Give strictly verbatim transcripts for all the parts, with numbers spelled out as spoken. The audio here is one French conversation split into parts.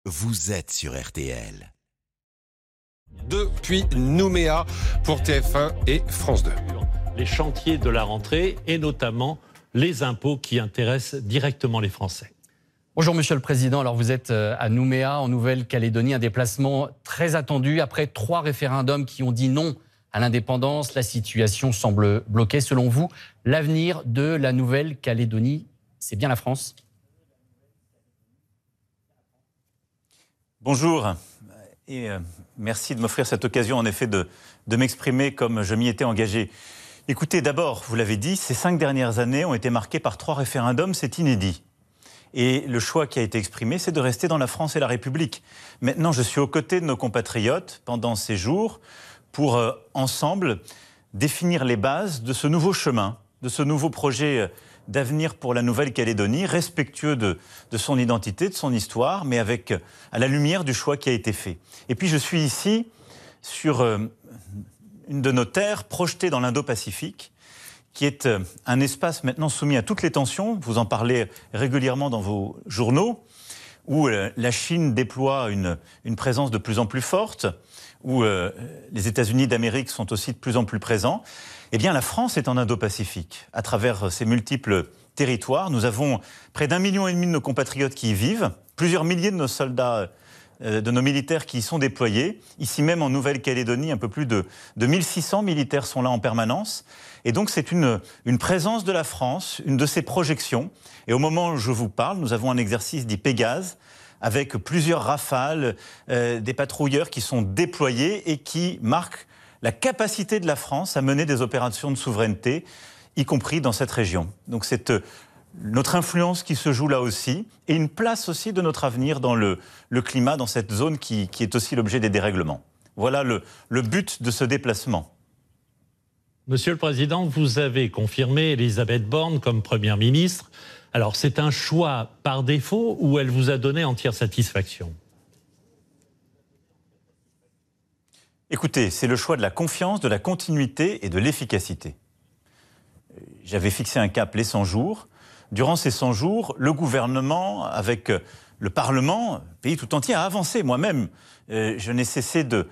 Vous êtes sur R T L. Depuis Nouméa pour T F un et France deux. Les chantiers de la rentrée et notamment les impôts qui intéressent directement les Français. Bonjour Monsieur le Président, alors vous êtes à Nouméa en Nouvelle-Calédonie, un déplacement très attendu après trois référendums qui ont dit non à l'indépendance. La situation semble bloquée. Selon vous, l'avenir de la Nouvelle-Calédonie, c'est bien la France ? Bonjour et euh, merci de m'offrir cette occasion en effet de, de m'exprimer comme je m'y étais engagé. Écoutez, d'abord, vous l'avez dit, ces cinq dernières années ont été marquées par trois référendums, c'est inédit. Et le choix qui a été exprimé, c'est de rester dans la France et la République. Maintenant, je suis aux côtés de nos compatriotes pendant ces jours pour, euh, ensemble, définir les bases de ce nouveau chemin, de ce nouveau projet d'avenir pour la Nouvelle-Calédonie, respectueux de, de son identité, de son histoire, mais avec, à la lumière du choix qui a été fait. Et puis, je suis ici sur euh, une de nos terres projetées dans l'Indo-Pacifique, qui est un espace maintenant soumis à toutes les tensions, vous en parlez régulièrement dans vos journaux, où la Chine déploie une, une présence de plus en plus forte, où euh, les États-Unis d'Amérique sont aussi de plus en plus présents. Eh bien, la France est en Indo-Pacifique. À travers ses multiples territoires, nous avons près d'un million et demi de nos compatriotes qui y vivent, plusieurs milliers de nos soldats, euh, de nos militaires qui y sont déployés. Ici même en Nouvelle-Calédonie, un peu plus de, de mille six cents militaires sont là en permanence. Et donc, c'est une, une présence de la France, une de ses projections. Et au moment où je vous parle, nous avons un exercice dit Pégase, avec plusieurs rafales, euh, des patrouilleurs qui sont déployés et qui marquent la capacité de la France à mener des opérations de souveraineté, y compris dans cette région. Donc, c'est euh, notre influence qui se joue là aussi, et une place aussi de notre avenir dans le, le climat, dans cette zone qui, qui est aussi l'objet des dérèglements. Voilà le, le but de ce déplacement. Monsieur le Président, vous avez confirmé Elisabeth Borne comme Première ministre. Alors, c'est un choix par défaut ou elle vous a donné entière satisfaction ? Écoutez, c'est le choix de la confiance, de la continuité et de l'efficacité. J'avais fixé un cap les cent jours. Durant ces cent jours, le gouvernement, avec le Parlement, le pays tout entier, a avancé. Moi-même, euh, je n'ai cessé de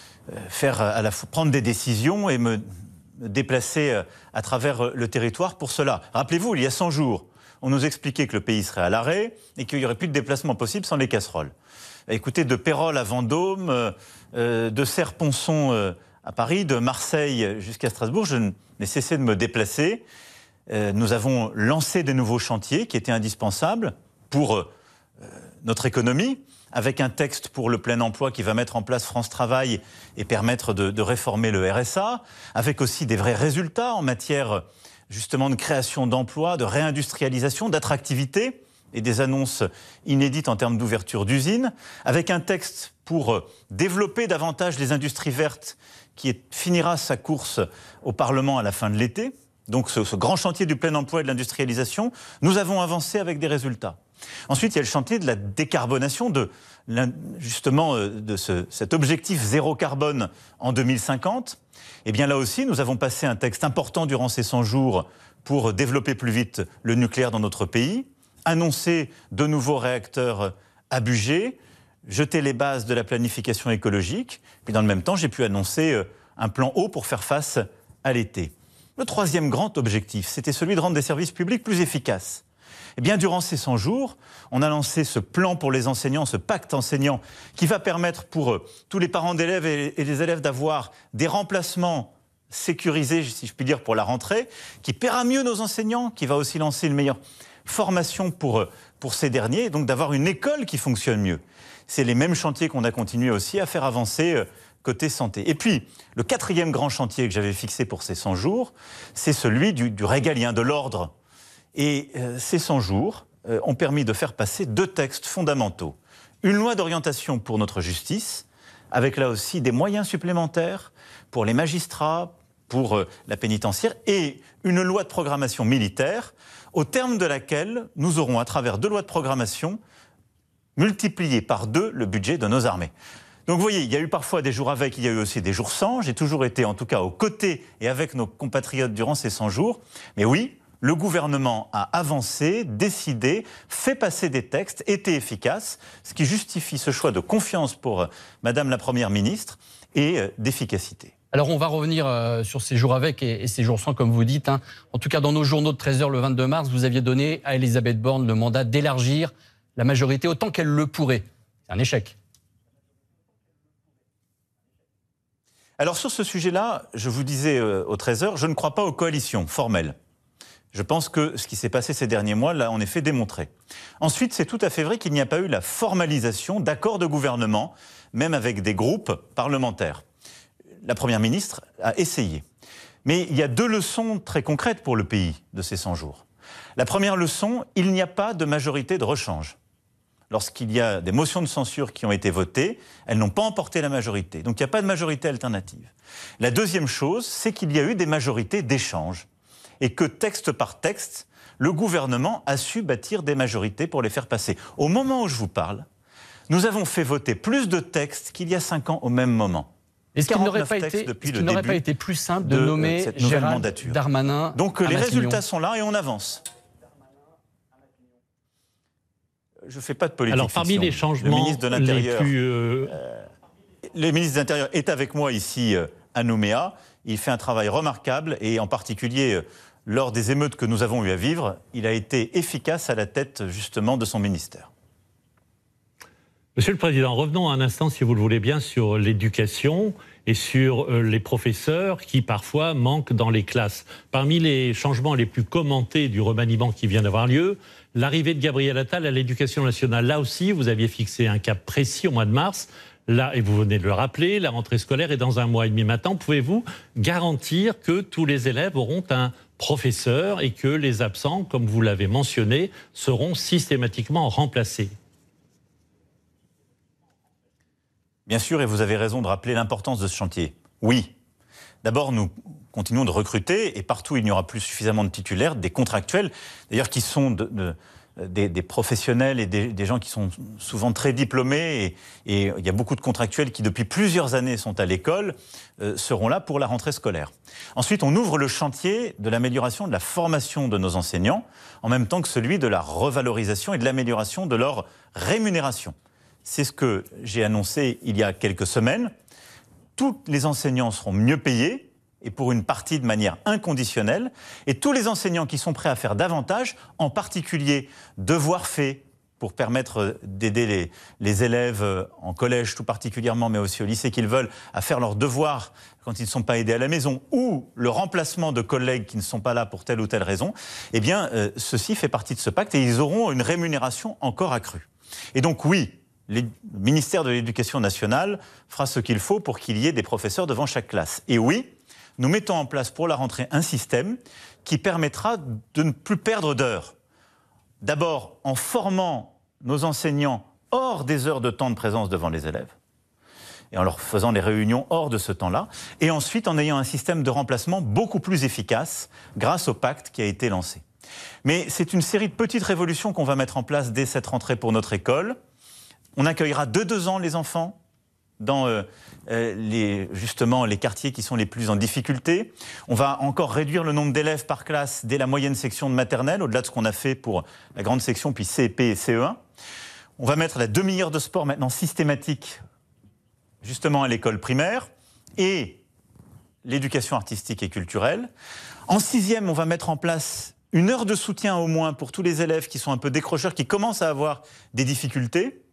faire à la fois prendre des décisions et me déplacer à travers le territoire pour cela. Rappelez-vous, il y a cent jours, on nous expliquait que le pays serait à l'arrêt et qu'il n'y aurait plus de déplacement possible sans les casseroles. Écoutez, de Pérols à Vendôme, euh, de Serre-Ponçon euh, à Paris, de Marseille jusqu'à Strasbourg, je n'ai cessé de me déplacer. Euh, nous avons lancé des nouveaux chantiers qui étaient indispensables pour euh, notre économie, avec un texte pour le plein emploi qui va mettre en place France Travail et permettre de, de réformer le R S A, avec aussi des vrais résultats en matière justement de création d'emplois, de réindustrialisation, d'attractivité et des annonces inédites en termes d'ouverture d'usines, avec un texte pour développer davantage les industries vertes qui est, finira sa course au Parlement à la fin de l'été. Donc ce, ce grand chantier du plein emploi et de l'industrialisation, nous avons avancé avec des résultats. Ensuite, il y a le chantier de la décarbonation, de, justement de ce, cet objectif zéro carbone en deux mille cinquante. Et bien là aussi, nous avons passé un texte important durant ces cent jours pour développer plus vite le nucléaire dans notre pays, annoncer de nouveaux réacteurs à budget, jeter les bases de la planification écologique. Puis dans le même temps, j'ai pu annoncer un plan eau pour faire face à l'été. Le troisième grand objectif, c'était celui de rendre des services publics plus efficaces. Eh bien, durant ces cent jours, on a lancé ce plan pour les enseignants, ce pacte enseignant, qui va permettre pour euh, tous les parents d'élèves et, et les élèves d'avoir des remplacements sécurisés, si je puis dire, pour la rentrée, qui paiera mieux nos enseignants, qui va aussi lancer une meilleure formation pour, euh, pour ces derniers, et donc d'avoir une école qui fonctionne mieux. C'est les mêmes chantiers qu'on a continué aussi à faire avancer euh, côté santé. Et puis, le quatrième grand chantier que j'avais fixé pour ces cent jours, c'est celui du, du régalien, de l'ordre. Et euh, ces cent jours euh, ont permis de faire passer deux textes fondamentaux. Une loi d'orientation pour notre justice, avec là aussi des moyens supplémentaires pour les magistrats, pour euh, la pénitentiaire, et une loi de programmation militaire, au terme de laquelle nous aurons, à travers deux lois de programmation, multiplié par deux le budget de nos armées. Donc vous voyez, il y a eu parfois des jours avec, il y a eu aussi des jours sans. J'ai toujours été, en tout cas, aux côtés et avec nos compatriotes durant ces cent jours. Mais oui, le gouvernement a avancé, décidé, fait passer des textes, été efficace, ce qui justifie ce choix de confiance pour Madame la Première ministre et d'efficacité. Alors on va revenir euh, sur ces jours avec et, et ces jours sans, comme vous dites. Hein. En tout cas, dans nos journaux de treize heures le vingt-deux mars, vous aviez donné à Elisabeth Borne le mandat d'élargir la majorité autant qu'elle le pourrait. C'est un échec. Alors sur ce sujet-là, je vous disais euh, aux treize heures, je ne crois pas aux coalitions formelles. Je pense que ce qui s'est passé ces derniers mois l'a en effet démontré. Ensuite, c'est tout à fait vrai qu'il n'y a pas eu la formalisation d'accords de gouvernement, même avec des groupes parlementaires. La Première ministre a essayé. Mais il y a deux leçons très concrètes pour le pays de ces cent jours. La première leçon, il n'y a pas de majorité de rechange. Lorsqu'il y a des motions de censure qui ont été votées, elles n'ont pas emporté la majorité. Donc il n'y a pas de majorité alternative. La deuxième chose, c'est qu'il y a eu des majorités d'échange. Et que texte par texte, le gouvernement a su bâtir des majorités pour les faire passer. Au moment où je vous parle, nous avons fait voter plus de textes qu'il y a cinq ans au même moment. Est-ce qu'il n'aurait pas, pas été plus simple de, de nommer Gérald Darmanin? Donc les résultats sont là et on avance. Je ne fais pas de politique. Alors parmi fiction. les changements le ministre de l'Intérieur, les plus... Euh... Euh, le ministre de l'Intérieur est avec moi ici euh, à Nouméa. Il fait un travail remarquable et en particulier euh, lors des émeutes que nous avons eu à vivre, il a été efficace à la tête justement de son ministère. Monsieur le Président, revenons un instant, si vous le voulez bien, sur l'éducation et sur euh, les professeurs qui parfois manquent dans les classes. Parmi les changements les plus commentés du remaniement qui vient d'avoir lieu, l'arrivée de Gabriel Attal à l'Éducation nationale. Là aussi, vous aviez fixé un cap précis au mois de mars. Là, et vous venez de le rappeler, la rentrée scolaire est dans un mois et demi maintenant. Pouvez-vous garantir que tous les élèves auront un professeur et que les absents, comme vous l'avez mentionné, seront systématiquement remplacés ? Bien sûr, et vous avez raison de rappeler l'importance de ce chantier. Oui. D'abord, nous continuons de recruter, et partout où il n'y aura plus suffisamment de titulaires, des contractuels, d'ailleurs qui sont de, de, des, des professionnels et des, des gens qui sont souvent très diplômés, et, et il y a beaucoup de contractuels qui, depuis plusieurs années, sont à l'école, euh, seront là pour la rentrée scolaire. Ensuite, on ouvre le chantier de l'amélioration de la formation de nos enseignants, en même temps que celui de la revalorisation et de l'amélioration de leur rémunération. C'est ce que j'ai annoncé il y a quelques semaines. Tous les enseignants seront mieux payés, et pour une partie de manière inconditionnelle. Et tous les enseignants qui sont prêts à faire davantage, en particulier devoirs faits, pour permettre d'aider les, les élèves en collège tout particulièrement, mais aussi au lycée qu'ils veulent, à faire leurs devoirs quand ils ne sont pas aidés à la maison, ou le remplacement de collègues qui ne sont pas là pour telle ou telle raison, eh bien, euh, ceci fait partie de ce pacte et ils auront une rémunération encore accrue. Et donc oui, le ministère de l'Éducation nationale fera ce qu'il faut pour qu'il y ait des professeurs devant chaque classe. Et oui, nous mettons en place pour la rentrée un système qui permettra de ne plus perdre d'heures. D'abord, en formant nos enseignants hors des heures de temps de présence devant les élèves, et en leur faisant des réunions hors de ce temps-là, et ensuite en ayant un système de remplacement beaucoup plus efficace grâce au pacte qui a été lancé. Mais c'est une série de petites révolutions qu'on va mettre en place dès cette rentrée pour notre école. On accueillera de deux ans les enfants dans euh, euh, les, justement les quartiers qui sont les plus en difficulté. On va encore réduire le nombre d'élèves par classe dès la moyenne section de maternelle, au-delà de ce qu'on a fait pour la grande section, puis C E P et C E un. On va mettre la demi-heure de sport maintenant systématique justement à l'école primaire et l'éducation artistique et culturelle. En sixième, on va mettre en place une heure de soutien au moins pour tous les élèves qui sont un peu décrocheurs, qui commencent à avoir des difficultés.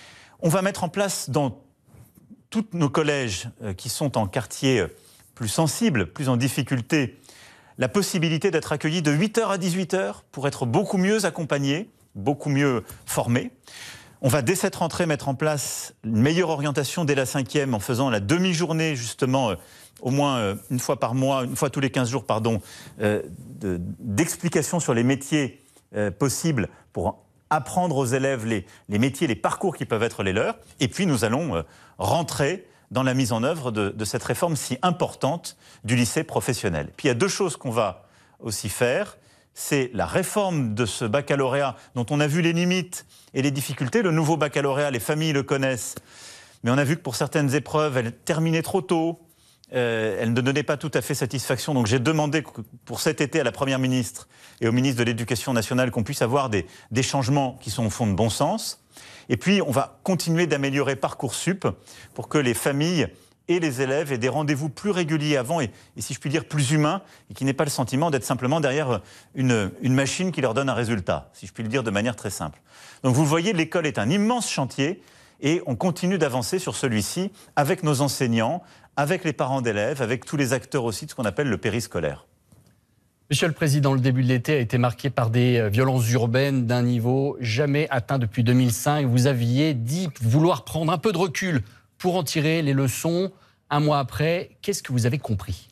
On va mettre en place dans tous nos collèges euh, qui sont en quartier euh, plus sensibles, plus en difficulté, la possibilité d'être accueillis de huit heures à dix-huit heures pour être beaucoup mieux accompagnés, beaucoup mieux formés. On va dès cette rentrée mettre en place une meilleure orientation dès la cinquième en faisant la demi-journée justement euh, au moins euh, une fois par mois, une fois tous les quinze jours, pardon, euh, de, d'explications sur les métiers euh, possibles pour apprendre aux élèves les, les métiers, les parcours qui peuvent être les leurs. Et puis nous allons euh, rentrer dans la mise en œuvre de, de cette réforme si importante du lycée professionnel. Puis il y a deux choses qu'on va aussi faire. C'est la réforme de ce baccalauréat dont on a vu les limites et les difficultés. Le nouveau baccalauréat, les familles le connaissent. Mais on a vu que pour certaines épreuves, elles terminaient trop tôt. euh, elle ne donnait pas tout à fait satisfaction. Donc j'ai demandé pour cet été à la Première ministre et au ministre de l'Éducation nationale qu'on puisse avoir des, des changements qui sont au fond de bon sens. Et puis on va continuer d'améliorer Parcoursup pour que les familles et les élèves aient des rendez-vous plus réguliers avant et, et si je puis dire plus humains et qui n'aient pas le sentiment d'être simplement derrière une, une machine qui leur donne un résultat, si je puis le dire de manière très simple. Donc vous le voyez, l'école est un immense chantier et on continue d'avancer sur celui-ci avec nos enseignants, avec les parents d'élèves, avec tous les acteurs aussi de ce qu'on appelle le périscolaire. Monsieur le Président, le début de l'été a été marqué par des violences urbaines d'un niveau jamais atteint depuis deux mille cinq. Vous aviez dit vouloir prendre un peu de recul pour en tirer les leçons. Un mois après, qu'est-ce que vous avez compris?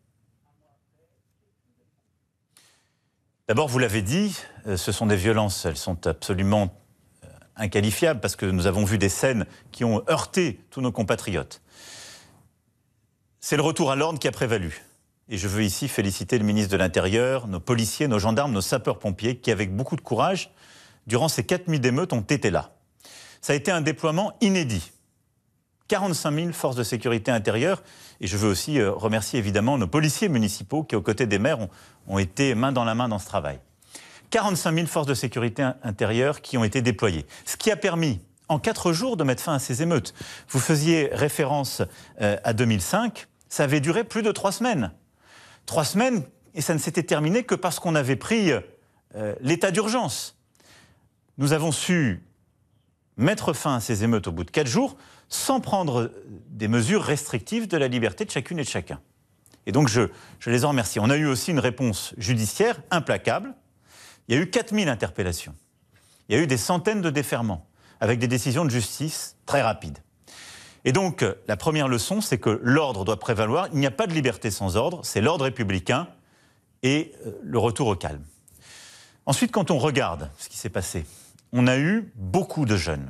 D'abord, vous l'avez dit, ce sont des violences, elles sont absolument inqualifiables parce que nous avons vu des scènes qui ont heurté tous nos compatriotes. C'est le retour à l'ordre qui a prévalu. Et je veux ici féliciter le ministre de l'Intérieur, nos policiers, nos gendarmes, nos sapeurs-pompiers qui, avec beaucoup de courage, durant ces quatre nuits d'émeutes, ont été là. Ça a été un déploiement inédit. quarante-cinq mille forces de sécurité intérieure. Et je veux aussi remercier évidemment nos policiers municipaux qui, aux côtés des maires, ont, ont été main dans la main dans ce travail. quarante-cinq mille forces de sécurité intérieure qui ont été déployées. Ce qui a permis, en quatre jours, de mettre fin à ces émeutes. Vous faisiez référence euh, à deux mille cinq. Ça avait duré plus de trois semaines. Trois semaines, et ça ne s'était terminé que parce qu'on avait pris euh, l'état d'urgence. Nous avons su mettre fin à ces émeutes au bout de quatre jours, sans prendre des mesures restrictives de la liberté de chacune et de chacun. Et donc je, je les en remercie. On a eu aussi une réponse judiciaire implacable. Il y a eu quatre mille interpellations. Il y a eu des centaines de déferrements, avec des décisions de justice très rapides. Et donc, la première leçon, c'est que l'ordre doit prévaloir. Il n'y a pas de liberté sans ordre, c'est l'ordre républicain et le retour au calme. Ensuite, quand on regarde ce qui s'est passé, on a eu beaucoup de jeunes.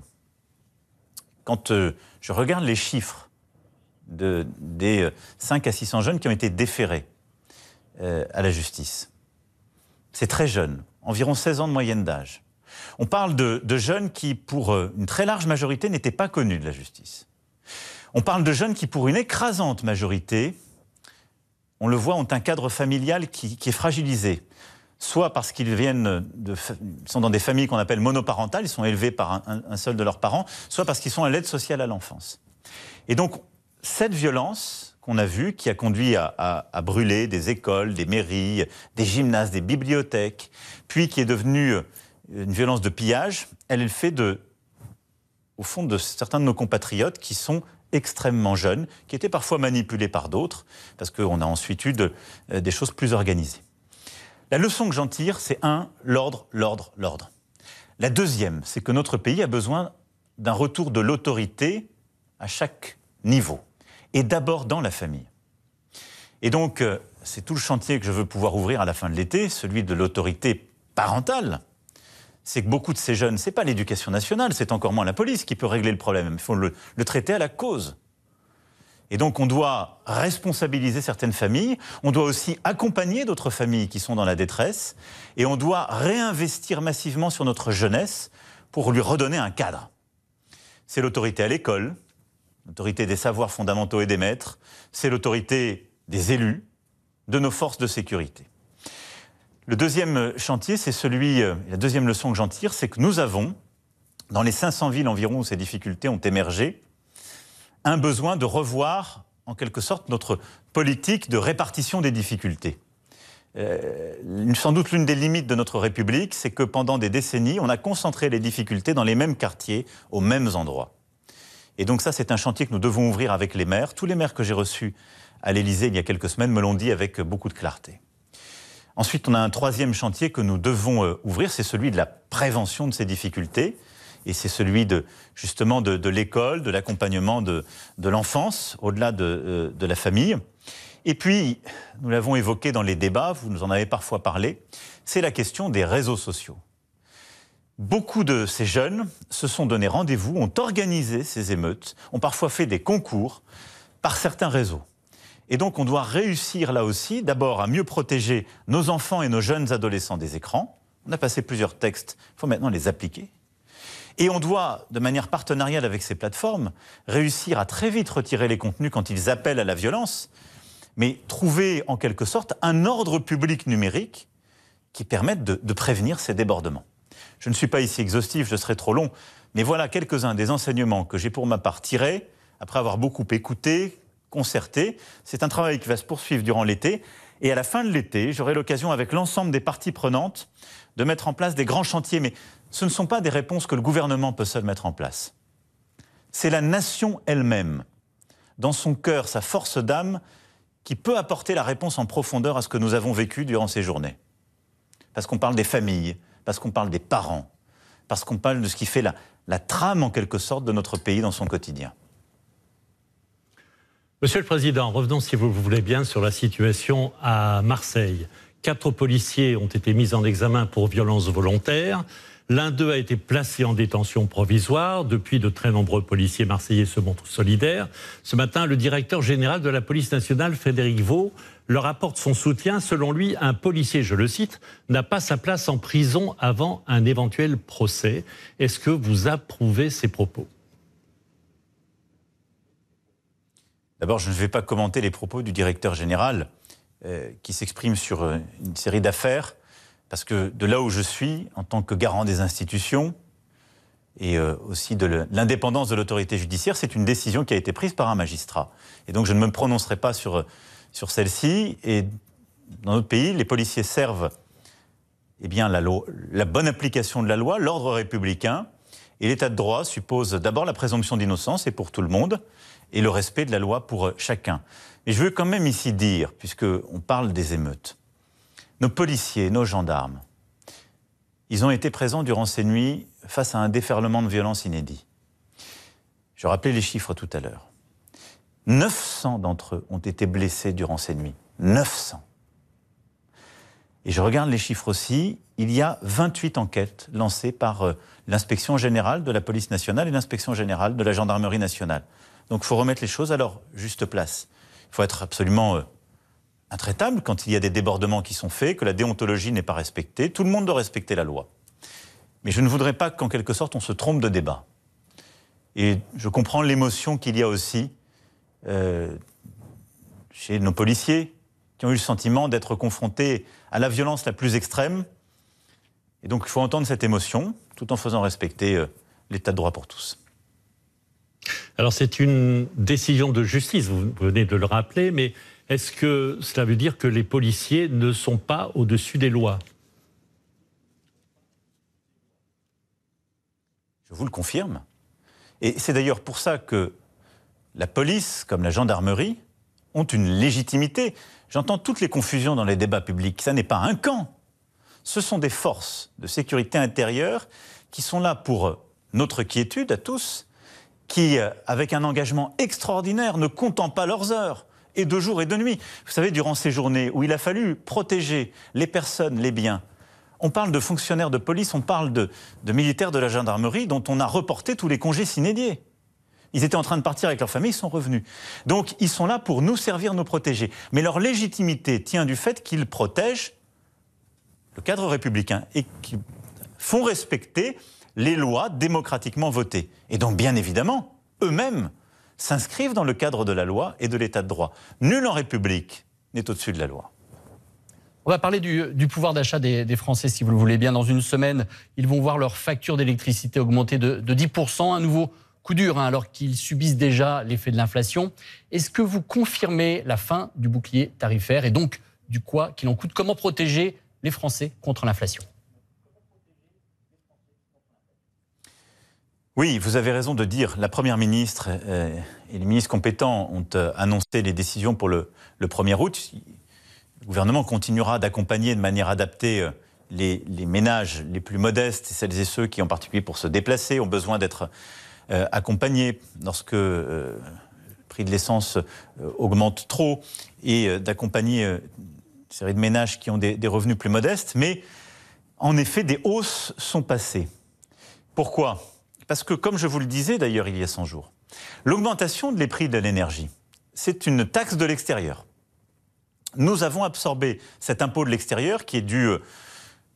Quand euh, je regarde les chiffres de, des cinq à six cents jeunes qui ont été déférés euh, à la justice, c'est très jeune, environ seize ans de moyenne d'âge. On parle de, de jeunes qui, pour une très large majorité, n'étaient pas connus de la justice. On parle de jeunes qui, pour une écrasante majorité, on le voit, ont un cadre familial qui, qui est fragilisé. Soit parce qu'ils viennent de, sont dans des familles qu'on appelle monoparentales, ils sont élevés par un, un, un seul de leurs parents, soit parce qu'ils sont à l'aide sociale à l'enfance. Et donc, cette violence qu'on a vue, qui a conduit à, à, à brûler des écoles, des mairies, des gymnases, des bibliothèques, puis qui est devenue une violence de pillage, elle est le fait de, au fond, de certains de nos compatriotes qui sont extrêmement jeunes, qui étaient parfois manipulés par d'autres, parce qu'on a ensuite eu de, euh, des choses plus organisées. La leçon que j'en tire, c'est un, l'ordre, l'ordre, l'ordre. La deuxième, c'est que notre pays a besoin d'un retour de l'autorité à chaque niveau, et d'abord dans la famille. Et donc, euh, c'est tout le chantier que je veux pouvoir ouvrir à la fin de l'été, celui de l'autorité parentale. C'est que beaucoup de ces jeunes, c'est pas l'éducation nationale, c'est encore moins la police qui peut régler le problème. Il faut le, le traiter à la cause. Et donc on doit responsabiliser certaines familles, on doit aussi accompagner d'autres familles qui sont dans la détresse, et on doit réinvestir massivement sur notre jeunesse pour lui redonner un cadre. C'est l'autorité à l'école, l'autorité des savoirs fondamentaux et des maîtres, c'est l'autorité des élus, de nos forces de sécurité. Le deuxième chantier, c'est celui, la deuxième leçon que j'en tire, c'est que nous avons, dans les cinq cents villes environ où ces difficultés ont émergé, un besoin de revoir, en quelque sorte, notre politique de répartition des difficultés. Euh, sans doute l'une des limites de notre République, c'est que pendant des décennies, on a concentré les difficultés dans les mêmes quartiers, aux mêmes endroits. Et donc ça, c'est un chantier que nous devons ouvrir avec les maires. Tous les maires que j'ai reçus à l'Élysée il y a quelques semaines me l'ont dit avec beaucoup de clarté. Ensuite, on a un troisième chantier que nous devons euh, ouvrir, c'est celui de la prévention de ces difficultés. Et c'est celui de, justement de, de l'école, de l'accompagnement de, de l'enfance, au-delà de, euh, de la famille. Et puis, nous l'avons évoqué dans les débats, vous nous en avez parfois parlé, c'est la question des réseaux sociaux. Beaucoup de ces jeunes se sont donné rendez-vous, ont organisé ces émeutes, ont parfois fait des concours par certains réseaux. Et donc on doit réussir là aussi, d'abord à mieux protéger nos enfants et nos jeunes adolescents des écrans. On a passé plusieurs textes, il faut maintenant les appliquer. Et on doit, de manière partenariale avec ces plateformes, réussir à très vite retirer les contenus quand ils appellent à la violence, mais trouver en quelque sorte un ordre public numérique qui permette de, de prévenir ces débordements. Je ne suis pas ici exhaustif, je serai trop long, mais voilà quelques-uns des enseignements que j'ai pour ma part tirés, après avoir beaucoup écouté, concerté. C'est un travail qui va se poursuivre durant l'été, et à la fin de l'été, j'aurai l'occasion avec l'ensemble des parties prenantes de mettre en place des grands chantiers, mais ce ne sont pas des réponses que le gouvernement peut seul mettre en place. C'est la nation elle-même, dans son cœur, sa force d'âme, qui peut apporter la réponse en profondeur à ce que nous avons vécu durant ces journées. Parce qu'on parle des familles, parce qu'on parle des parents, parce qu'on parle de ce qui fait la, la trame, en quelque sorte, de notre pays dans son quotidien. Monsieur le Président, revenons, si vous le voulez bien, sur la situation à Marseille. Quatre policiers ont été mis en examen pour violence volontaire. L'un d'eux a été placé en détention provisoire. Depuis, de très nombreux policiers marseillais se montrent solidaires. Ce matin, le directeur général de la police nationale, Frédéric Vaux, leur apporte son soutien. Selon lui, un policier, je le cite, n'a pas sa place en prison avant un éventuel procès. Est-ce que vous approuvez ces propos ? D'abord, je ne vais pas commenter les propos du directeur général euh, qui s'exprime sur euh, une série d'affaires. Parce que de là où je suis, en tant que garant des institutions et euh, aussi de l'indépendance de l'autorité judiciaire, c'est une décision qui a été prise par un magistrat. Et donc je ne me prononcerai pas sur, sur celle-ci. Et dans notre pays, les policiers servent eh bien, la, loi, la bonne application de la loi, l'ordre républicain. Et l'état de droit suppose d'abord la présomption d'innocence, et pour tout le monde, et le respect de la loi pour chacun. Mais je veux quand même ici dire, puisqu'on parle des émeutes, nos policiers, nos gendarmes, ils ont été présents durant ces nuits face à un déferlement de violence inédit. Je rappelais les chiffres tout à l'heure. neuf cents d'entre eux ont été blessés durant ces nuits. neuf cents. Et je regarde les chiffres aussi, il y a vingt-huit enquêtes lancées par euh, l'inspection générale de la police nationale et l'inspection générale de la gendarmerie nationale. Donc il faut remettre les choses à leur juste place. Il faut être absolument... Euh, intraitable quand il y a des débordements qui sont faits, que la déontologie n'est pas respectée. Tout le monde doit respecter la loi. Mais je ne voudrais pas qu'en quelque sorte on se trompe de débat. Et je comprends l'émotion qu'il y a aussi euh, chez nos policiers qui ont eu le sentiment d'être confrontés à la violence la plus extrême. Et donc il faut entendre cette émotion tout en faisant respecter euh, l'état de droit pour tous. Alors c'est une décision de justice, vous venez de le rappeler, mais est-ce que cela veut dire que les policiers ne sont pas au-dessus des lois ? Je vous le confirme. Et c'est d'ailleurs pour ça que la police, comme la gendarmerie, ont une légitimité. J'entends toutes les confusions dans les débats publics. Ça n'est pas un camp. Ce sont des forces de sécurité intérieure qui sont là pour notre quiétude à tous, qui, avec un engagement extraordinaire, ne comptent pas leurs heures, et de jour et de nuit. Vous savez, durant ces journées où il a fallu protéger les personnes, les biens, on parle de fonctionnaires de police, on parle de, de militaires de la gendarmerie dont on a reporté tous les congés sine-die. Ils étaient en train de partir avec leur famille, ils sont revenus. Donc ils sont là pour nous servir, nous protéger. Mais leur légitimité tient du fait qu'ils protègent le cadre républicain et qu'ils font respecter les lois démocratiquement votées. Et donc bien évidemment, eux-mêmes s'inscrivent dans le cadre de la loi et de l'état de droit. Nul en République n'est au-dessus de la loi. On va parler du, du pouvoir d'achat des, des Français, si vous le voulez bien. Dans une semaine, ils vont voir leur facture d'électricité augmenter de, de dix pour cent. Un nouveau coup dur, hein, alors qu'ils subissent déjà l'effet de l'inflation. Est-ce que vous confirmez la fin du bouclier tarifaire et donc du quoi qu'il en coûte? Comment protéger les Français contre l'inflation? Oui, vous avez raison de dire, la Première ministre euh, et les ministres compétents ont euh, annoncé les décisions pour le, le premier août. Le gouvernement continuera d'accompagner de manière adaptée euh, les, les ménages les plus modestes, celles et ceux qui, en particulier pour se déplacer, ont besoin d'être euh, accompagnés lorsque euh, le prix de l'essence euh, augmente trop, et euh, d'accompagner euh, une série de ménages qui ont des, des revenus plus modestes. Mais en effet, des hausses sont passées. Pourquoi ? Parce que, comme je vous le disais d'ailleurs il y a cent jours, l'augmentation des prix de l'énergie, c'est une taxe de l'extérieur. Nous avons absorbé cet impôt de l'extérieur qui est dû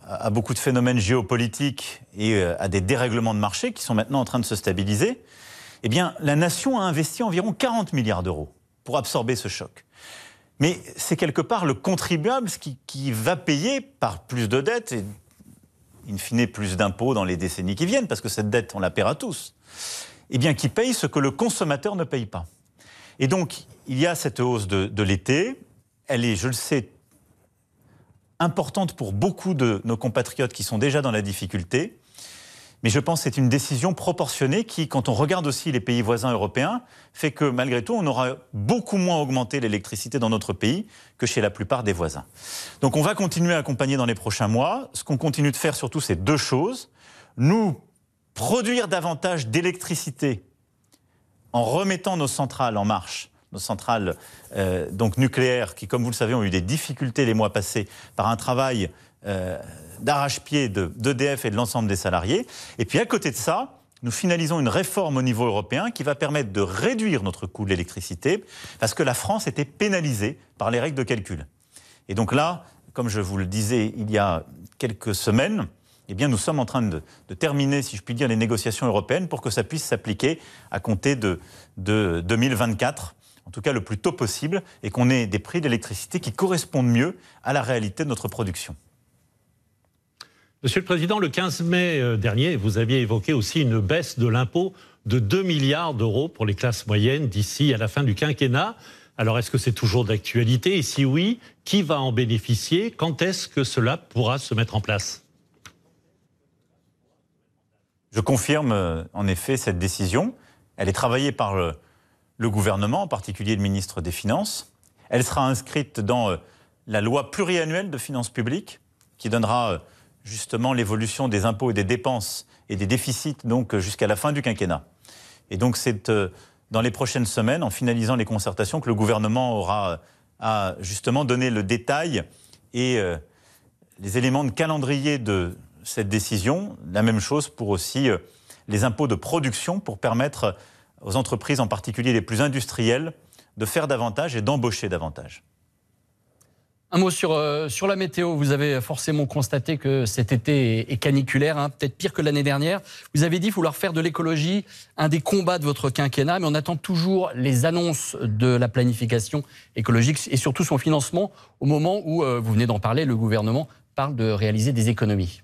à beaucoup de phénomènes géopolitiques et à des dérèglements de marché qui sont maintenant en train de se stabiliser, eh bien, la nation a investi environ quarante milliards d'euros pour absorber ce choc. Mais c'est quelque part le contribuable qui, qui va payer par plus de dettes et, in fine, plus d'impôts dans les décennies qui viennent, parce que cette dette, on la paiera tous, eh bien, qui paye ce que le consommateur ne paye pas. Et donc, il y a cette hausse de, de l'été. Elle est, je le sais, importante pour beaucoup de nos compatriotes qui sont déjà dans la difficulté. Mais je pense que c'est une décision proportionnée qui, quand on regarde aussi les pays voisins européens, fait que malgré tout, on aura beaucoup moins augmenté l'électricité dans notre pays que chez la plupart des voisins. Donc on va continuer à accompagner dans les prochains mois. Ce qu'on continue de faire surtout, c'est deux choses. Nous, produire davantage d'électricité en remettant nos centrales en marche, nos centrales euh, donc nucléaires qui, comme vous le savez, ont eu des difficultés les mois passés par un travail euh, d'arrache-pied de, d'E D F et de l'ensemble des salariés. Et puis à côté de ça, nous finalisons une réforme au niveau européen qui va permettre de réduire notre coût de l'électricité parce que la France était pénalisée par les règles de calcul. Et donc là, comme je vous le disais il y a quelques semaines, eh bien nous sommes en train de, de terminer, si je puis dire, les négociations européennes pour que ça puisse s'appliquer à compter de, de deux mille vingt-quatre, en tout cas le plus tôt possible, et qu'on ait des prix d'électricité qui correspondent mieux à la réalité de notre production. Monsieur le Président, le quinze mai dernier, vous aviez évoqué aussi une baisse de l'impôt de deux milliards d'euros pour les classes moyennes d'ici à la fin du quinquennat. Alors, est-ce que c'est toujours d'actualité? Et si oui, qui va en bénéficier? Quand est-ce que cela pourra se mettre en place? Je confirme en effet cette décision. Elle est travaillée par le, le gouvernement, en particulier le ministre des Finances. Elle sera inscrite dans la loi pluriannuelle de finances publiques qui donnera justement l'évolution des impôts et des dépenses et des déficits donc jusqu'à la fin du quinquennat. Et donc c'est euh, dans les prochaines semaines, en finalisant les concertations, que le gouvernement aura à justement donner le détail et euh, les éléments de calendrier de cette décision. La même chose pour aussi euh, les impôts de production pour permettre aux entreprises, en particulier les plus industrielles, de faire davantage et d'embaucher davantage. Un mot sur, euh, sur la météo. Vous avez forcément constaté que cet été est, est caniculaire, hein, peut-être pire que l'année dernière. Vous avez dit vouloir faire de l'écologie un des combats de votre quinquennat, mais on attend toujours les annonces de la planification écologique et surtout son financement au moment où, euh, vous venez d'en parler, le gouvernement parle de réaliser des économies.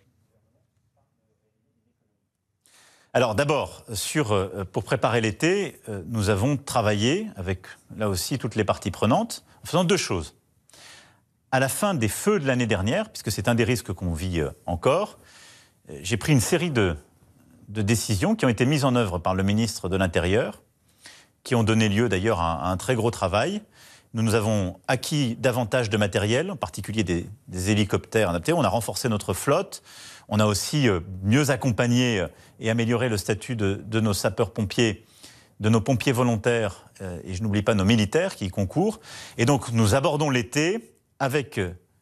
Alors d'abord, sur, euh, pour préparer l'été, euh, nous avons travaillé avec, là aussi, toutes les parties prenantes, en faisant deux choses. À la fin des feux de l'année dernière, puisque c'est un des risques qu'on vit encore, j'ai pris une série de, de décisions qui ont été mises en œuvre par le ministre de l'Intérieur, qui ont donné lieu d'ailleurs à, à un très gros travail. Nous nous avons acquis davantage de matériel, en particulier des, des hélicoptères adaptés. On a renforcé notre flotte. On a aussi mieux accompagné et amélioré le statut de, de nos sapeurs-pompiers, de nos pompiers volontaires, et je n'oublie pas nos militaires qui y concourent. Et donc nous abordons l'été avec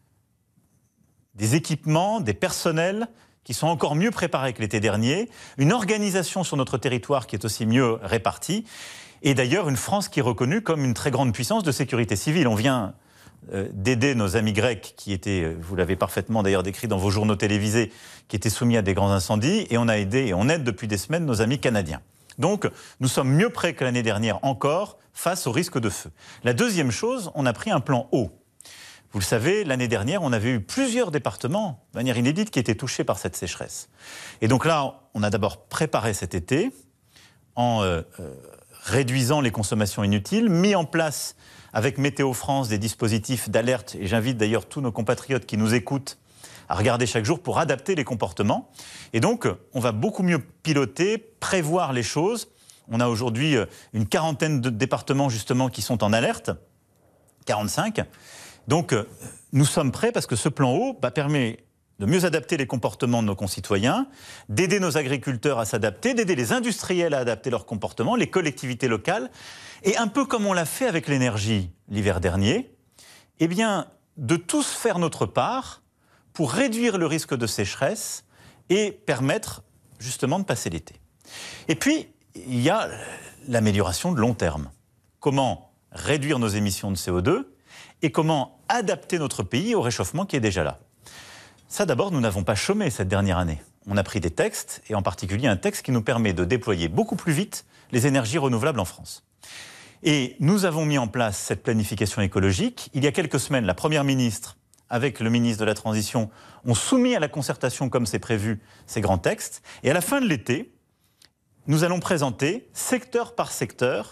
des équipements, des personnels qui sont encore mieux préparés que l'été dernier, une organisation sur notre territoire qui est aussi mieux répartie, et d'ailleurs une France qui est reconnue comme une très grande puissance de sécurité civile. On vient euh, d'aider nos amis grecs qui étaient, vous l'avez parfaitement d'ailleurs décrit dans vos journaux télévisés, qui étaient soumis à des grands incendies, et on a aidé et on aide depuis des semaines nos amis canadiens. Donc nous sommes mieux prêts que l'année dernière encore face au risque de feu. La deuxième chose, on a pris un plan eau. Vous le savez, l'année dernière, on avait eu plusieurs départements, de manière inédite, qui étaient touchés par cette sécheresse. Et donc là, on a d'abord préparé cet été en euh, euh, réduisant les consommations inutiles, mis en place avec Météo France des dispositifs d'alerte, et j'invite d'ailleurs tous nos compatriotes qui nous écoutent à regarder chaque jour pour adapter les comportements. Et donc, on va beaucoup mieux piloter, prévoir les choses. On a aujourd'hui une quarantaine de départements justement qui sont en alerte, quarante-cinq. Donc, nous sommes prêts parce que ce plan eau bah, permet de mieux adapter les comportements de nos concitoyens, d'aider nos agriculteurs à s'adapter, d'aider les industriels à adapter leurs comportements, les collectivités locales, et un peu comme on l'a fait avec l'énergie l'hiver dernier, eh bien, de tous faire notre part pour réduire le risque de sécheresse et permettre justement de passer l'été. Et puis, il y a l'amélioration de long terme. Comment réduire nos émissions de C O deux et comment adapter notre pays au réchauffement qui est déjà là. Ça d'abord, nous n'avons pas chômé cette dernière année. On a pris des textes, et en particulier un texte qui nous permet de déployer beaucoup plus vite les énergies renouvelables en France. Et nous avons mis en place cette planification écologique. Il y a quelques semaines, la Première ministre, avec le ministre de la Transition, ont soumis à la concertation, comme c'est prévu, ces grands textes. Et à la fin de l'été, nous allons présenter, secteur par secteur,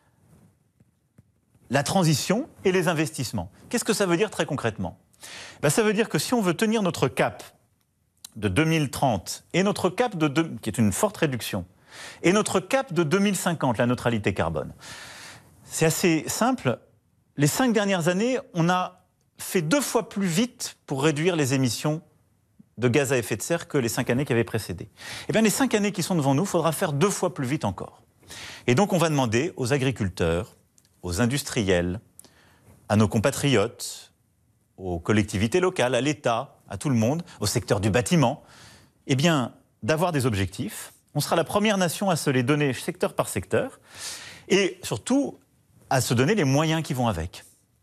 la transition et les investissements. Qu'est-ce que ça veut dire très concrètement ? Ben, ça veut dire que si on veut tenir notre cap de deux mille trente, et notre cap de deux, qui est une forte réduction, et notre cap de deux mille cinquante, la neutralité carbone, c'est assez simple. Les cinq dernières années, on a fait deux fois plus vite pour réduire les émissions de gaz à effet de serre que les cinq années qui avaient précédé. Eh bien, les cinq années qui sont devant nous, il faudra faire deux fois plus vite encore. Et donc, on va demander aux agriculteurs, aux industriels, à nos compatriotes, aux collectivités locales, à l'État, à tout le monde, au secteur du bâtiment, eh bien, d'avoir des objectifs. On sera la première nation à se les donner secteur par secteur et surtout à se donner les moyens qui vont avec.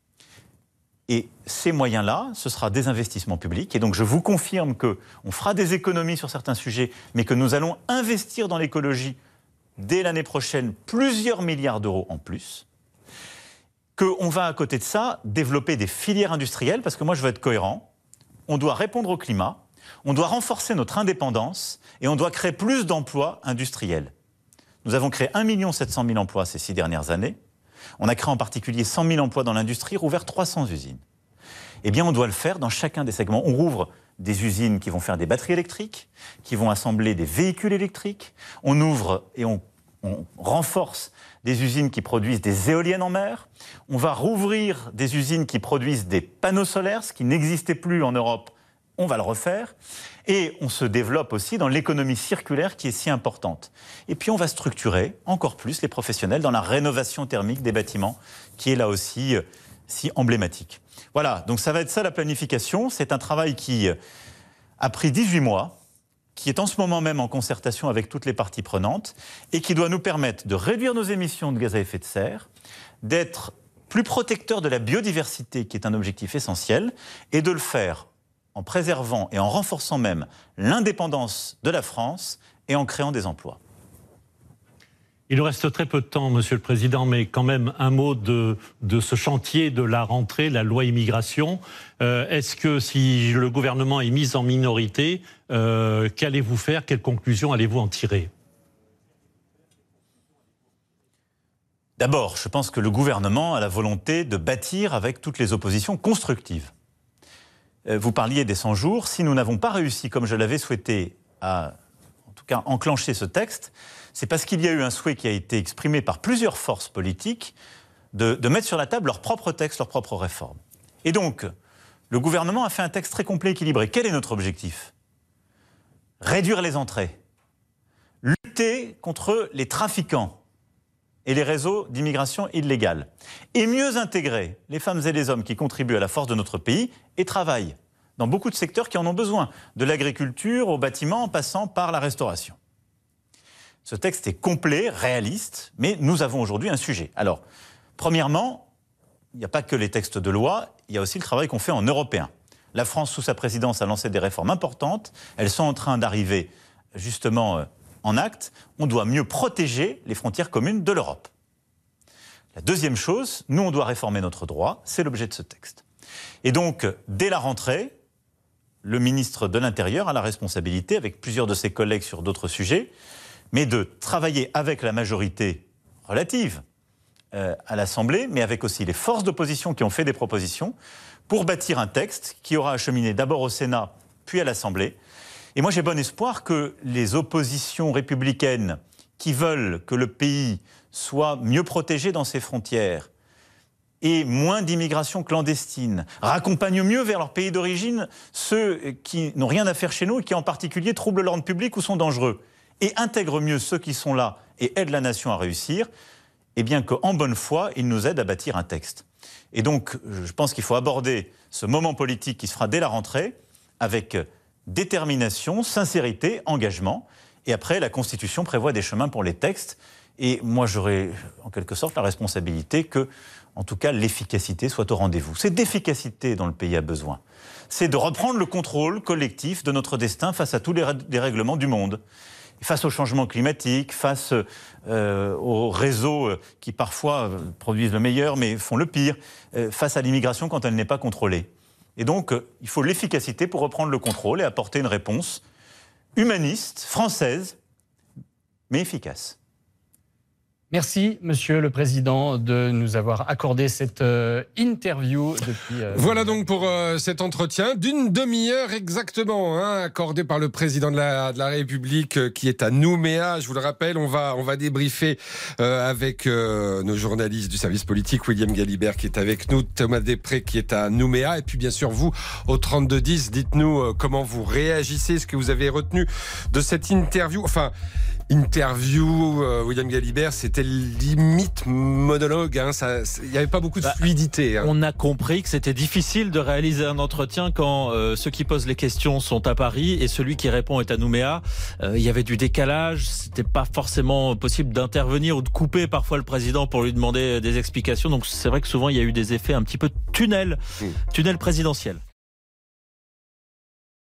Et ces moyens-là, ce sera des investissements publics. Et donc, je vous confirme qu'on fera des économies sur certains sujets, mais que nous allons investir dans l'écologie dès l'année prochaine plusieurs milliards d'euros en plus. Qu'on va, à côté de ça, développer des filières industrielles, parce que moi, je veux être cohérent. On doit répondre au climat, on doit renforcer notre indépendance et on doit créer plus d'emplois industriels. Nous avons créé un million sept cent mille emplois ces six dernières années. On a créé en particulier cent mille emplois dans l'industrie, rouvert trois cents usines. Eh bien, on doit le faire dans chacun des segments. On rouvre des usines qui vont faire des batteries électriques, qui vont assembler des véhicules électriques. On ouvre et on, on renforce des usines qui produisent des éoliennes en mer. On va rouvrir des usines qui produisent des panneaux solaires, ce qui n'existait plus en Europe. On va le refaire. Et on se développe aussi dans l'économie circulaire qui est si importante. Et puis on va structurer encore plus les professionnels dans la rénovation thermique des bâtiments, qui est là aussi euh, si emblématique. Voilà, donc ça va être ça la planification. C'est un travail qui a pris dix-huit mois, qui est en ce moment même en concertation avec toutes les parties prenantes et qui doit nous permettre de réduire nos émissions de gaz à effet de serre, d'être plus protecteurs de la biodiversité, qui est un objectif essentiel, et de le faire en préservant et en renforçant même l'indépendance de la France et en créant des emplois. Il nous reste très peu de temps, Monsieur le Président, mais quand même un mot de, de ce chantier de la rentrée, la loi immigration. Euh, est-ce que si le gouvernement est mis en minorité, euh, qu'allez-vous faire? Quelles conclusions allez-vous en tirer? D'abord, je pense que le gouvernement a la volonté de bâtir avec toutes les oppositions constructives. Vous parliez des cent jours. Si nous n'avons pas réussi, comme je l'avais souhaité, à en tout cas enclencher ce texte, c'est parce qu'il y a eu un souhait qui a été exprimé par plusieurs forces politiques de, de mettre sur la table leur propre texte, leur propre réforme. Et donc, le gouvernement a fait un texte très complet, équilibré. Quel est notre objectif? Réduire les entrées, lutter contre les trafiquants et les réseaux d'immigration illégale, et mieux intégrer les femmes et les hommes qui contribuent à la force de notre pays et travaillent dans beaucoup de secteurs qui en ont besoin, de l'agriculture au bâtiment en passant par la restauration. Ce texte est complet, réaliste, mais nous avons aujourd'hui un sujet. Alors, premièrement, il n'y a pas que les textes de loi, il y a aussi le travail qu'on fait en européen. La France, sous sa présidence, a lancé des réformes importantes, elles sont en train d'arriver justement en acte. On doit mieux protéger les frontières communes de l'Europe. La deuxième chose, nous, on doit réformer notre droit, c'est l'objet de ce texte. Et donc, dès la rentrée, le ministre de l'Intérieur a la responsabilité, avec plusieurs de ses collègues sur d'autres sujets, mais de travailler avec la majorité relative euh, à l'Assemblée, mais avec aussi les forces d'opposition qui ont fait des propositions, pour bâtir un texte qui aura acheminé d'abord au Sénat, puis à l'Assemblée. Et moi, j'ai bon espoir que les oppositions républicaines qui veulent que le pays soit mieux protégé dans ses frontières et moins d'immigration clandestine, raccompagnent mieux vers leur pays d'origine ceux qui n'ont rien à faire chez nous et qui en particulier troublent l'ordre public ou sont dangereux, et intègrent mieux ceux qui sont là et aident la nation à réussir, et bien qu'en bonne foi, ils nous aident à bâtir un texte. Et donc, je pense qu'il faut aborder ce moment politique qui se fera dès la rentrée avec détermination, sincérité, engagement. Et après, la Constitution prévoit des chemins pour les textes. Et moi, j'aurais en quelque sorte la responsabilité que, en tout cas, l'efficacité soit au rendez-vous. C'est d'efficacité dont le pays a besoin. C'est de reprendre le contrôle collectif de notre destin face à tous les dérèglements du monde. Face au changement climatique, face euh, aux réseaux qui parfois produisent le meilleur mais font le pire, euh, face à l'immigration quand elle n'est pas contrôlée. Et donc, euh, il faut l'efficacité pour reprendre le contrôle et apporter une réponse humaniste, française, mais efficace. Merci, Monsieur le Président, de nous avoir accordé cette euh, interview depuis... Euh, voilà donc pour euh, cet entretien d'une demi-heure exactement, hein, accordé par le Président de la, de la République euh, qui est à Nouméa. Je vous le rappelle, on va, on va débriefer euh, avec euh, nos journalistes du service politique, William Galibert qui est avec nous, Thomas Després qui est à Nouméa. Et puis bien sûr, vous, au trente-deux dix, dites-nous euh, comment vous réagissez, ce que vous avez retenu de cette interview. Enfin... Interview, euh, William Galibert, c'était limite monologue. Hein, il n'y avait pas beaucoup de bah, fluidité. Hein. On a compris que c'était difficile de réaliser un entretien quand euh, ceux qui posent les questions sont à Paris et celui qui répond est à Nouméa. Euh, il y avait du décalage. C'était pas forcément possible d'intervenir ou de couper parfois le président pour lui demander des explications. Donc c'est vrai que souvent il y a eu des effets un petit peu tunnel, mmh. tunnel présidentiel.